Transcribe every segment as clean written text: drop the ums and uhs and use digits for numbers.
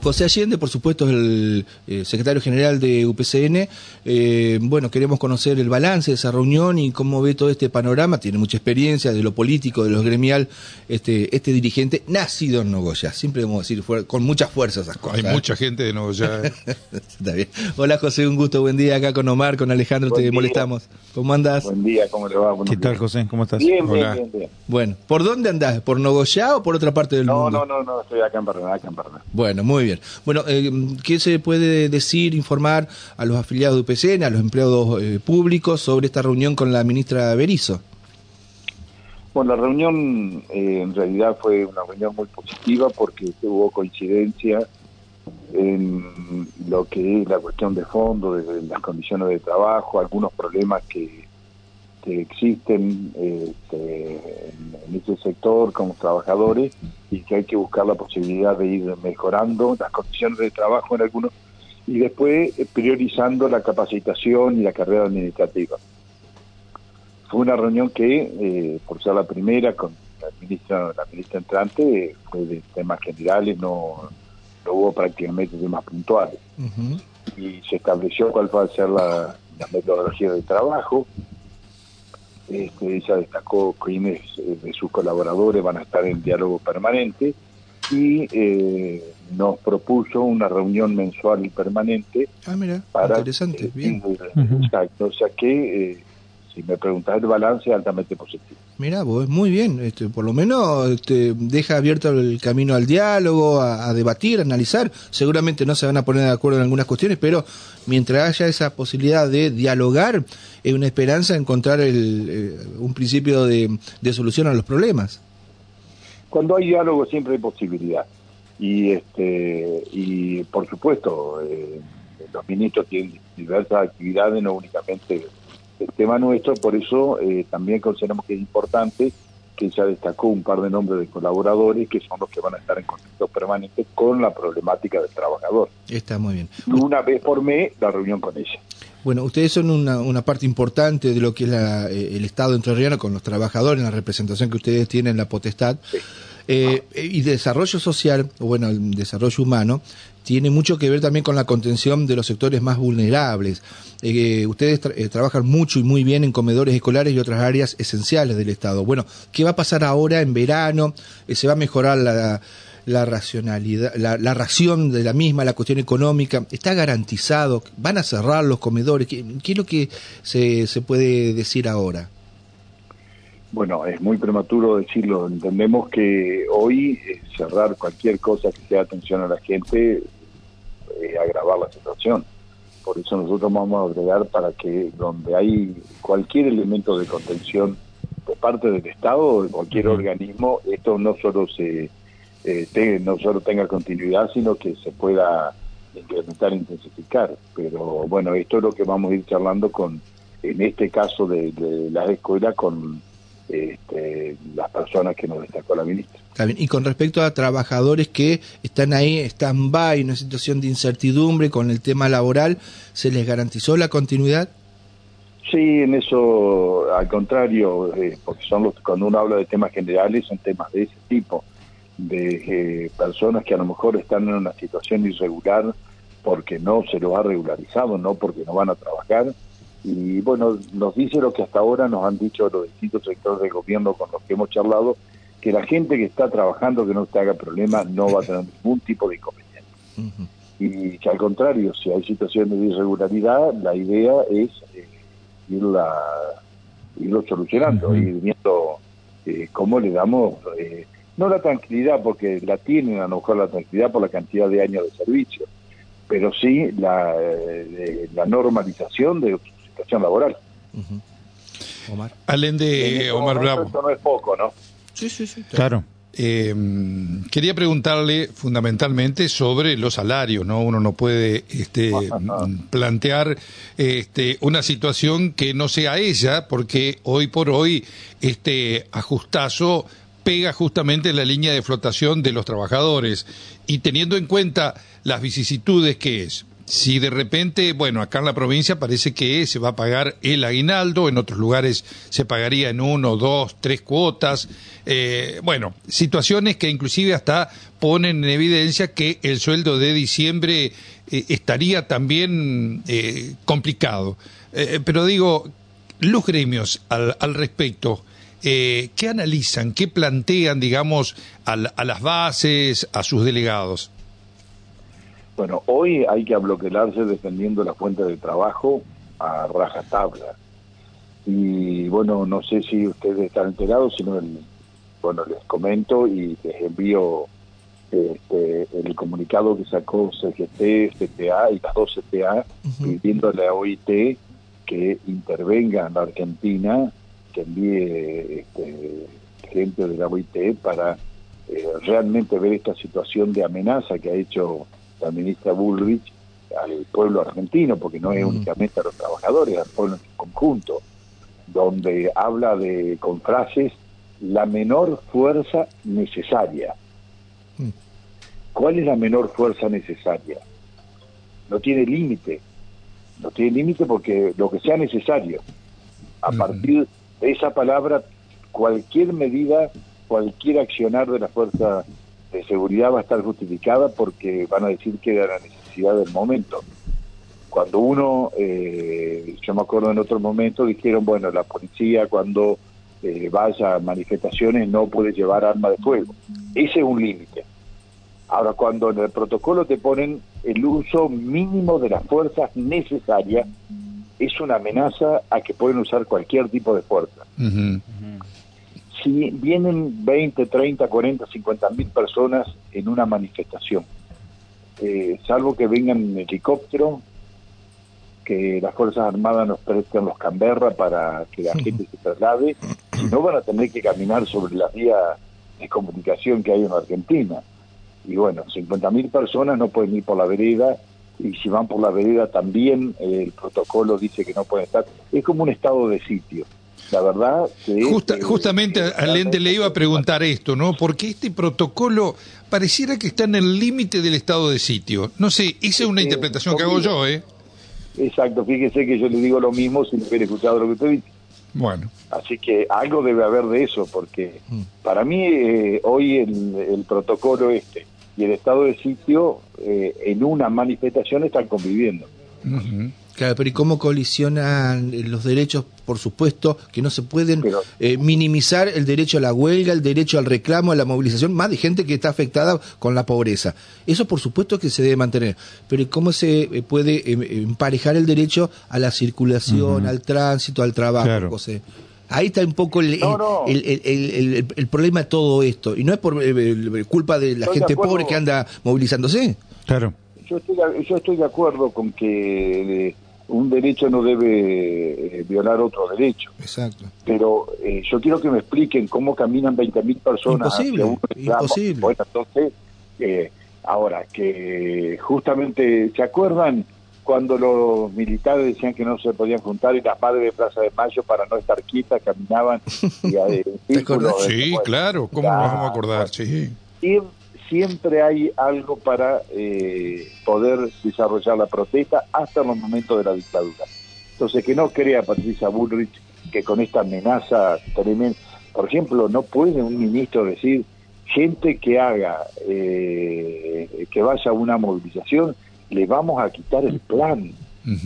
José Allende, por supuesto, es el secretario general de UPCN. Bueno, queremos conocer el balance de esa reunión y cómo ve todo este panorama. Tiene mucha experiencia de lo político, de lo gremial, este dirigente nacido en Nogoyá. Siempre vamos a decir con mucha fuerza esas cosas. Hay mucha gente de Nogoyá. Está bien. Hola José, un gusto, buen día acá con Omar, con Alejandro, te molestamos. ¿Cómo andás? Buen día, ¿cómo le va? ¿Qué tal, José? ¿Cómo estás? Bien, Hola. bien. Bueno, ¿por dónde andás? ¿Por Nogoyá o por otra parte del mundo? No, estoy acá en Paraná, Bueno, muy bien. Bueno, ¿qué se puede decir, informar a los afiliados de UPCN, a los empleados públicos sobre esta reunión con la ministra Berizo? Bueno, la reunión en realidad fue una reunión muy positiva porque hubo coincidencia en lo que es la cuestión de fondo, de las condiciones de trabajo, algunos problemas que existen en ese sector como trabajadores y que hay que buscar la posibilidad de ir mejorando las condiciones de trabajo en algunos y después priorizando la capacitación y la carrera administrativa. Fue una reunión que, por ser la primera con la ministra entrante, fue de temas generales, no hubo prácticamente temas puntuales. Uh-huh. Y se estableció cuál va a ser la metodología de trabajo. Ella destacó quiénes de sus colaboradores van a estar en diálogo permanente y nos propuso una reunión mensual y permanente. Mira, para, interesante, bien. Exacto, o sea que si me preguntás el balance es altamente positivo. Mira, vos, muy bien, por lo menos deja abierto el camino al diálogo, a debatir, a analizar. Seguramente no se van a poner de acuerdo en algunas cuestiones, pero mientras haya esa posibilidad de dialogar, es una esperanza encontrar un principio de solución a los problemas. Cuando hay diálogo siempre hay posibilidad. Y por supuesto, los ministros tienen diversas actividades, no únicamente el tema nuestro, por eso también consideramos que es importante que ella destacó un par de nombres de colaboradores que son los que van a estar en contacto permanente con la problemática del trabajador. Está muy bien. Una vez por mes la reunión con ella. Bueno, ustedes son una parte importante de lo que es el Estado entrerriano con los trabajadores, en la representación que ustedes tienen, la potestad. Sí. Y desarrollo social, o bueno, el desarrollo humano, tiene mucho que ver también con la contención de los sectores más vulnerables. Ustedes trabajan mucho y muy bien en comedores escolares y otras áreas esenciales del Estado. Bueno, ¿qué va a pasar ahora en verano? ¿Se va a mejorar la racionalidad, la ración de la misma, la cuestión económica? ¿Está garantizado? ¿Van a cerrar los comedores? ¿Qué es lo que se puede decir ahora? Bueno, es muy prematuro decirlo. Entendemos que hoy cerrar cualquier cosa que sea atención a la gente es agravar la situación. Por eso nosotros vamos a agregar para que donde hay cualquier elemento de contención de parte del Estado o de cualquier organismo, esto no solo no solo tenga continuidad, sino que se pueda incrementar, intensificar. Pero bueno, esto es lo que vamos a ir charlando en este caso de las escuelas con las personas que nos destacó la ministra. Está bien. Y con respecto a trabajadores que están ahí, stand-by, en una situación de incertidumbre con el tema laboral, ¿se les garantizó la continuidad? Sí, en eso, al contrario, porque cuando uno habla de temas generales, son temas de ese tipo, de personas que a lo mejor están en una situación irregular porque no se lo ha regularizado, no porque no van a trabajar. Y bueno, nos dice lo que hasta ahora nos han dicho los distintos sectores del gobierno con los que hemos charlado, que la gente que está trabajando, que no te haga problema, no va a tener ningún tipo de inconveniente. Uh-huh. Y que al contrario, si hay situaciones de irregularidad, la idea es irlo solucionando, uh-huh. Ir viendo cómo le damos, no la tranquilidad, porque la tienen a lo mejor la tranquilidad por la cantidad de años de servicio, pero sí la normalización de situación laboral. Uh-huh. Omar. Allende, Omar Bravo. Esto no es poco, ¿no? Sí. Claro. Quería preguntarle fundamentalmente sobre los salarios, ¿no? Uno no puede plantear una situación que no sea ella, porque hoy por hoy este ajustazo pega justamente en la línea de flotación de los trabajadores, y teniendo en cuenta las vicisitudes que es si de repente, bueno, acá en la provincia parece que se va a pagar el aguinaldo, en otros lugares se pagaría en 1, 2, 3 cuotas, bueno, situaciones que inclusive hasta ponen en evidencia que el sueldo de diciembre estaría también complicado. Pero digo, los gremios al respecto, ¿qué analizan, qué plantean, digamos, a las bases, a sus delegados? Bueno, hoy hay que abloquelarse defendiendo la fuente de trabajo a rajatabla. Y bueno, no sé si ustedes están enterados, sino bueno, les comento y les envío el comunicado que sacó CGT, CTA y las dos CTA, pidiéndole a OIT que intervenga en la Argentina, que envíe gente de la OIT para realmente ver esta situación de amenaza que ha hecho la ministra Bullrich al pueblo argentino, porque no es únicamente a los trabajadores, al pueblo en su conjunto, donde habla con frases la menor fuerza necesaria. ¿Cuál es la menor fuerza necesaria? No tiene límite porque lo que sea necesario. A partir de esa palabra, cualquier medida, cualquier accionar de la fuerza de seguridad va a estar justificada porque van a decir que era la necesidad del momento. Cuando yo me acuerdo en otro momento, dijeron, bueno, la policía cuando vaya a manifestaciones no puede llevar arma de fuego. Ese es un límite. Ahora, cuando en el protocolo te ponen el uso mínimo de las fuerzas necesarias, es una amenaza a que pueden usar cualquier tipo de fuerza. Si vienen 20, 30, 40, 50 mil personas en una manifestación, salvo que vengan en helicóptero, que las Fuerzas Armadas nos presten los Canberra para que la gente se traslade, no van a tener que caminar sobre las vías de comunicación que hay en Argentina. Y bueno, 50.000 personas no pueden ir por la vereda, y si van por la vereda también el protocolo dice que no pueden estar. Es como un estado de sitio. La verdad que justamente al ente le iba a preguntar esto, ¿no? Porque este protocolo pareciera que está en el límite del estado de sitio. No sé, esa es una interpretación que hago yo, ¿eh? Exacto, fíjese que yo le digo lo mismo sin haber escuchado lo que usted dice. Bueno. Así que algo debe haber de eso, porque para mí hoy el protocolo y el estado de sitio en una manifestación están conviviendo. Claro, pero ¿y cómo colisionan los derechos? Por supuesto que no se pueden minimizar el derecho a la huelga, el derecho al reclamo, a la movilización, más de gente que está afectada con la pobreza. Eso por supuesto que se debe mantener, pero ¿cómo se puede emparejar el derecho a la circulación, al tránsito, al trabajo, claro. José? Ahí está un poco el problema de todo esto, y no es por culpa de la gente pobre que anda movilizándose. Claro. Yo estoy de acuerdo con que un derecho no debe violar otro derecho. Exacto. Pero yo quiero que me expliquen cómo caminan 20.000 personas. Imposible. Bueno, entonces, ahora, que justamente, ¿se acuerdan cuando los militares decían que no se podían juntar y las madres de Plaza de Mayo, para no estar quietas, caminaban? Sí, claro, ¿cómo nos vamos a acordar? Sí. Siempre hay algo para poder desarrollar la protesta hasta los momentos de la dictadura. Entonces, que no crea Patricia Bullrich que con esta amenaza tremenda, por ejemplo, no puede un ministro decir, gente que haga, que vaya a una movilización, le vamos a quitar el plan.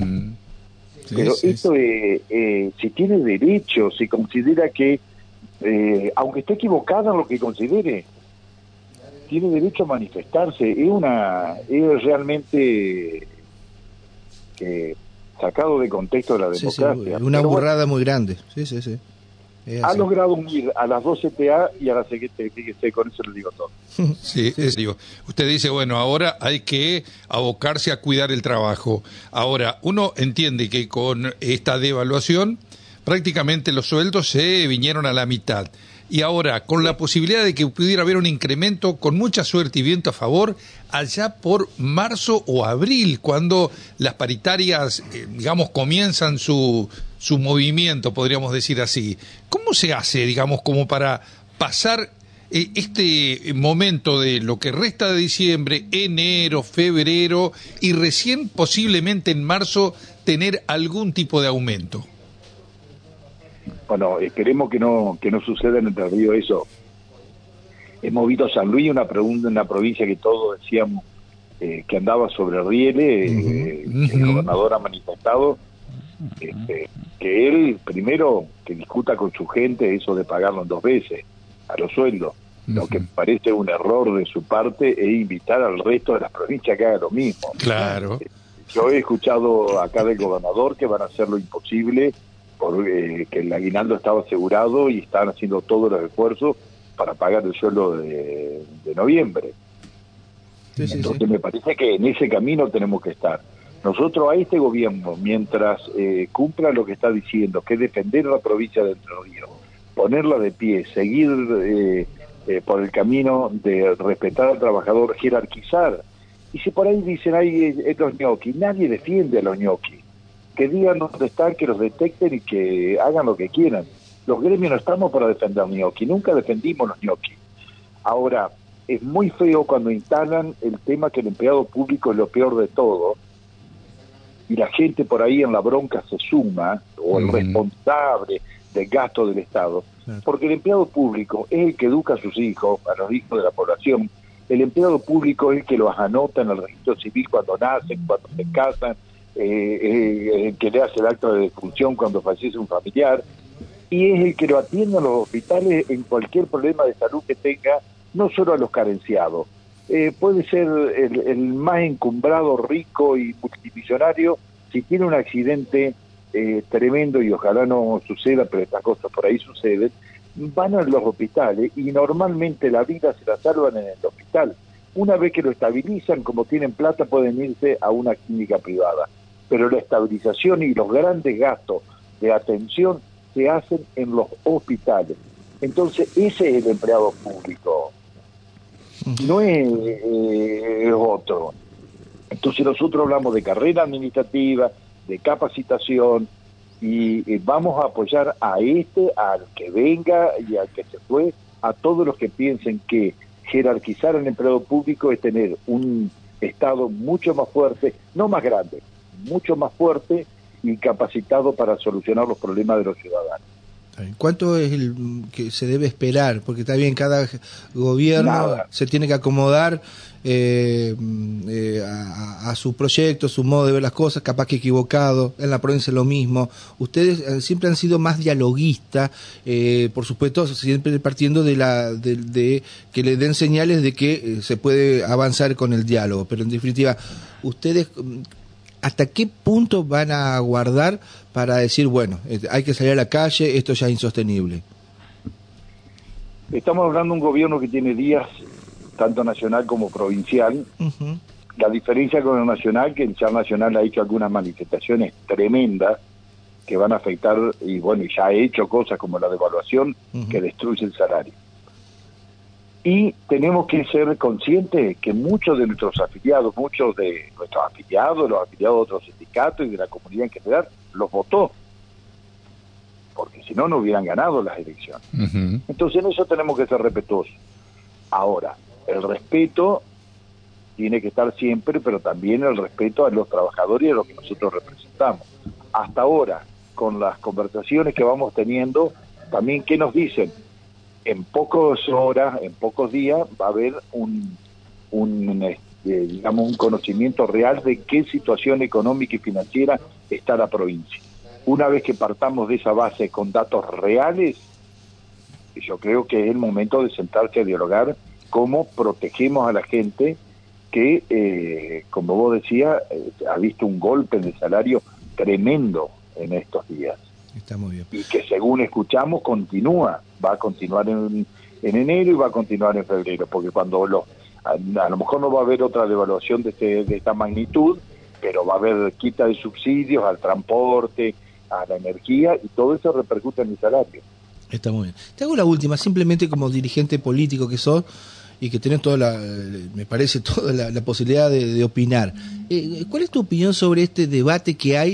Sí, pero esto, si tiene derecho, si considera que, aunque esté equivocada en lo que considere, tiene derecho a manifestarse. Es realmente sacado de contexto de la democracia. Sí, una burrada muy grande. Sí. Ha logrado unir a las dos CTA y a la CGT, fíjese, con eso le digo todo. Sí, digo, usted dice, bueno, ahora hay que abocarse a cuidar el trabajo. Ahora, uno entiende que con esta devaluación prácticamente los sueldos se vinieron a la mitad. Y ahora, con la posibilidad de que pudiera haber un incremento, con mucha suerte y viento a favor, allá por marzo o abril, cuando las paritarias, digamos, comienzan su movimiento, podríamos decir así. ¿Cómo se hace, digamos, como para pasar este momento de lo que resta de diciembre, enero, febrero y recién posiblemente en marzo tener algún tipo de aumento? Bueno, esperemos que no suceda en Entre Ríos eso. Hemos visto San Luis, una provincia que todos decíamos que andaba sobre rieles, que el gobernador ha manifestado que él primero que discuta con su gente eso de pagarlo en 2 veces a los sueldos. Lo que me parece un error de su parte es invitar al resto de las provincias que haga lo mismo. Claro. Yo he escuchado acá del gobernador que van a hacer lo imposible porque que el aguinaldo estaba asegurado y están haciendo todos los esfuerzos para pagar el sueldo de noviembre. Entonces me parece que en ese camino tenemos que estar. Nosotros a este gobierno, mientras cumpla lo que está diciendo, que es defender la provincia de Entre Ríos, ponerla de pie, seguir por el camino de respetar al trabajador, jerarquizar. Y si por ahí dicen, hay los ñoquis, nadie defiende a los ñoquis. Que digan dónde están, que los detecten y que hagan lo que quieran. Los gremios no estamos para defender a los ñoquis, nunca defendimos los ñoquis. Ahora, es muy feo cuando instalan el tema que el empleado público es lo peor de todo, y la gente por ahí en la bronca se suma, o el responsable del gasto del Estado, porque el empleado público es el que educa a sus hijos, a los hijos de la población. El empleado público es el que los anota en el registro civil cuando nacen, cuando se casan, el que le hace el acta de defunción cuando fallece un familiar, y es el que lo atiende en los hospitales en cualquier problema de salud que tenga, no solo a los carenciados. Puede ser el más encumbrado, rico y multimillonario, si tiene un accidente tremendo, y ojalá no suceda, pero estas cosas por ahí suceden, van a los hospitales y normalmente la vida se la salvan en el hospital. Una vez que lo estabilizan, como tienen plata, pueden irse a una clínica privada. Pero la estabilización y los grandes gastos de atención se hacen en los hospitales. Entonces, ese es el empleado público, no es otro. Entonces nosotros hablamos de carrera administrativa, de capacitación, y vamos a apoyar al que venga y al que se fue, a todos los que piensen que jerarquizar el empleado público es tener un Estado mucho más fuerte, no más grande, mucho más fuerte y capacitado para solucionar los problemas de los ciudadanos. ¿Cuánto es el que se debe esperar? Porque está bien, cada gobierno se tiene que acomodar a su proyecto, su modo de ver las cosas, capaz que equivocado. En la provincia lo mismo. Ustedes siempre han sido más dialoguistas, por supuesto, siempre partiendo de que le den señales de que se puede avanzar con el diálogo. Pero en definitiva, ustedes, ¿hasta qué punto van a aguardar para decir, bueno, hay que salir a la calle, esto ya es insostenible? Estamos hablando de un gobierno que tiene días, tanto nacional como provincial. La diferencia con el nacional, que el CHAR nacional ha hecho algunas manifestaciones tremendas que van a afectar, y bueno, ya ha hecho cosas como la devaluación que destruye el salario. Y tenemos que ser conscientes que muchos de nuestros afiliados, los afiliados de otros sindicatos y de la comunidad en general, los votó, porque si no, no hubieran ganado las elecciones. Entonces en eso tenemos que ser respetuosos. Ahora, el respeto tiene que estar siempre, pero también el respeto a los trabajadores y a lo que nosotros representamos. Hasta ahora, con las conversaciones que vamos teniendo, también, ¿qué nos dicen? En pocas horas, en pocos días, va a haber un conocimiento real de qué situación económica y financiera está la provincia. Una vez que partamos de esa base con datos reales, yo creo que es el momento de sentarse a dialogar cómo protegemos a la gente que, como vos decías, ha visto un golpe de salario tremendo en estos días. Está muy bien. Y que según escuchamos va a continuar en enero y va a continuar en febrero, porque cuando a lo mejor no va a haber otra devaluación de esta magnitud, pero va a haber quita de subsidios al transporte, a la energía, y todo eso repercute en el salario. Está muy bien. Te hago la última, simplemente como dirigente político que sos y que tenés me parece toda la posibilidad de opinar. ¿Cuál es tu opinión sobre este debate que hay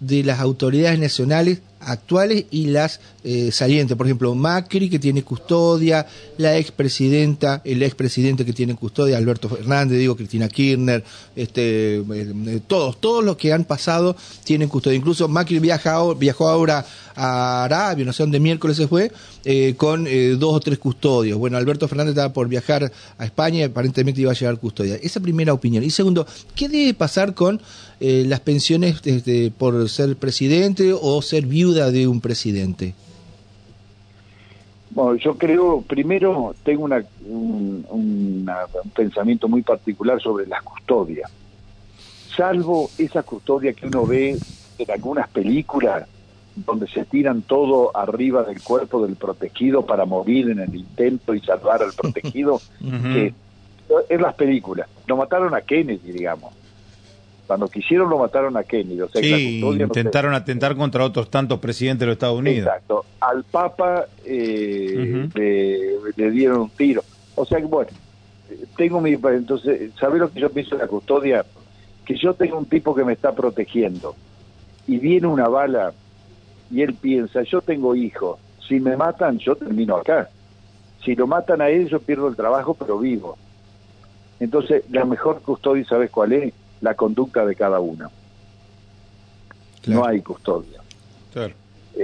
de las autoridades nacionales actuales y las salientes. Por ejemplo, Macri, que tiene custodia, la expresidenta, el expresidente que tiene custodia, Alberto Fernández, Cristina Kirchner, todos los que han pasado tienen custodia. Incluso Macri viajó ahora a Arabia, no sé dónde miércoles se fue, con 2 o 3 custodios. Bueno, Alberto Fernández estaba por viajar a España y aparentemente iba a llevar custodia. Esa primera opinión. Y segundo, ¿qué debe pasar con las pensiones por ser presidente o ser viuda de un presidente? Bueno, yo creo, primero tengo un pensamiento muy particular sobre las custodias. Salvo esa custodia que uno ve en algunas películas, donde se tiran todo arriba del cuerpo del protegido para morir en el intento y salvar al protegido, que en las películas. Lo mataron a Kennedy, digamos. Cuando quisieron lo mataron a Kennedy. O sea, sí, que la intentaron atentar contra otros tantos presidentes de los Estados Unidos. Exacto. Al Papa le dieron un tiro. O sea que, bueno, entonces, ¿sabés lo que yo pienso de la custodia? Que yo tengo un tipo que me está protegiendo y viene una bala y él piensa, yo tengo hijos, si me matan yo termino acá, si lo matan a él yo pierdo el trabajo pero vivo. Entonces la mejor custodia, ¿sabes cuál es? La conducta de cada uno. Claro. No hay custodia. Claro.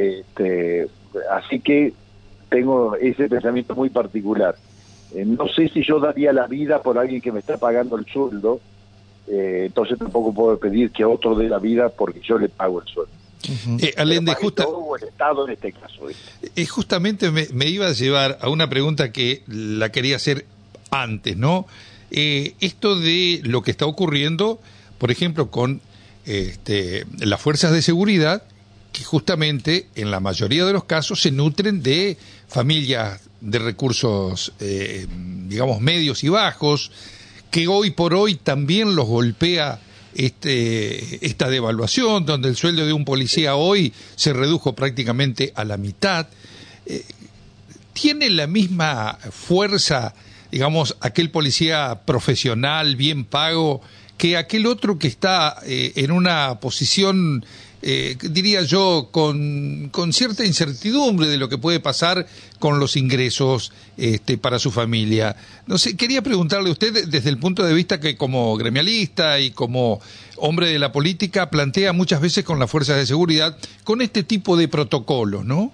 Así que tengo ese pensamiento muy particular. No sé si yo daría la vida por alguien que me está pagando el sueldo, entonces tampoco puedo pedir que otro dé la vida porque yo le pago el sueldo. Allende, el Estado en este caso. Justamente me iba a llevar a una pregunta que la quería hacer antes, ¿no? Esto de lo que está ocurriendo, por ejemplo, con las fuerzas de seguridad, que justamente en la mayoría de los casos se nutren de familias de recursos, digamos, medios y bajos, que hoy por hoy también los golpea esta devaluación, donde el sueldo de un policía hoy se redujo prácticamente a la mitad. ¿Tiene la misma fuerza, digamos, aquel policía profesional, bien pago, que aquel otro que está en una posición, diría yo, con cierta incertidumbre de lo que puede pasar con los ingresos para su familia? No sé, quería preguntarle a usted, desde el punto de vista que como gremialista y como hombre de la política plantea muchas veces con las fuerzas de seguridad, con este tipo de protocolos, ¿no?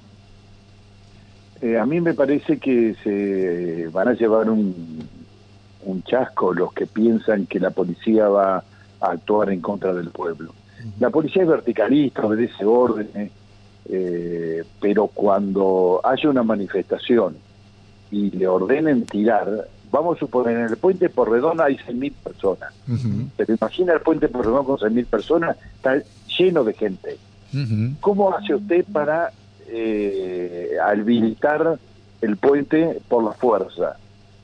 A mí me parece que se van a llevar un chasco los que piensan que la policía va a actuar en contra del pueblo. La policía es verticalista, obedece órdenes, pero cuando haya una manifestación y le ordenen tirar, vamos a suponer, en el puente Porredón hay 6.000 personas, pero imagina el puente Porredón con 6.000 personas, está lleno de gente. ¿Cómo hace usted para habilitar el puente por la fuerza?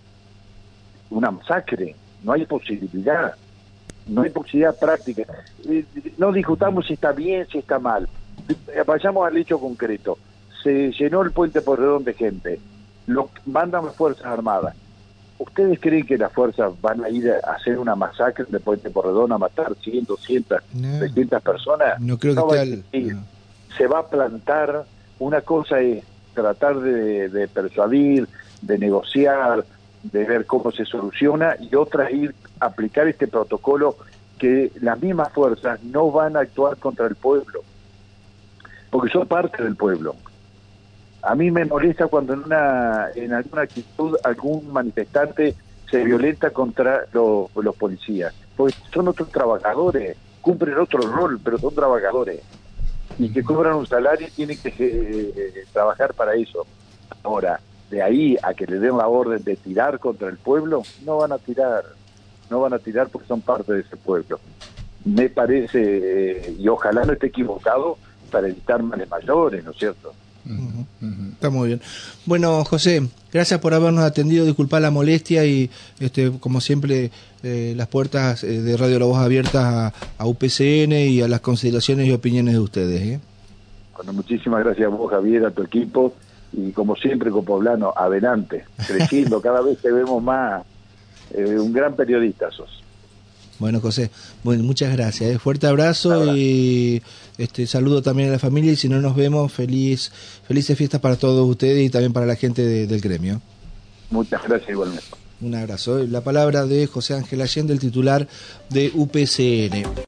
Una masacre, no hay posibilidad práctica. No discutamos si está bien, si está mal. Vayamos al hecho concreto. Se llenó el puente Porredón de gente, mandan las Fuerzas Armadas. ¿Ustedes creen que las fuerzas van a ir a hacer una masacre en el puente Porredón, a matar 100, 200, 300 personas? No creo que se va a plantar. Una cosa es tratar de persuadir, de negociar, de ver cómo se soluciona, y otra es ir a aplicar este protocolo que las mismas fuerzas no van a actuar contra el pueblo, porque son parte del pueblo. A mí me molesta cuando en alguna actitud algún manifestante se violenta contra los policías, porque son otros trabajadores, cumplen otro rol, pero son trabajadores, y que cobran un salario y tienen que trabajar para eso. Ahora, de ahí a que le den la orden de tirar contra el pueblo, no van a tirar porque son parte de ese pueblo. Me parece, y ojalá no esté equivocado, para evitar males mayores, ¿no es cierto? Está muy bien. Bueno, José, gracias por habernos atendido, disculpá la molestia y como siempre las puertas de Radio La Voz abiertas a UPCN y a las consideraciones y opiniones de ustedes. Bueno, muchísimas gracias a vos, Javier, a tu equipo, y como siempre con Poblano, adelante, creciendo, cada vez te vemos más, un gran periodista sos. Bueno, José, bueno, muchas gracias. Fuerte abrazo y saludo también a la familia y si no nos vemos, felices fiestas para todos ustedes y también para la gente del gremio. Muchas gracias igualmente. Un abrazo. La palabra de José Ángel Allende, el titular de UPCN.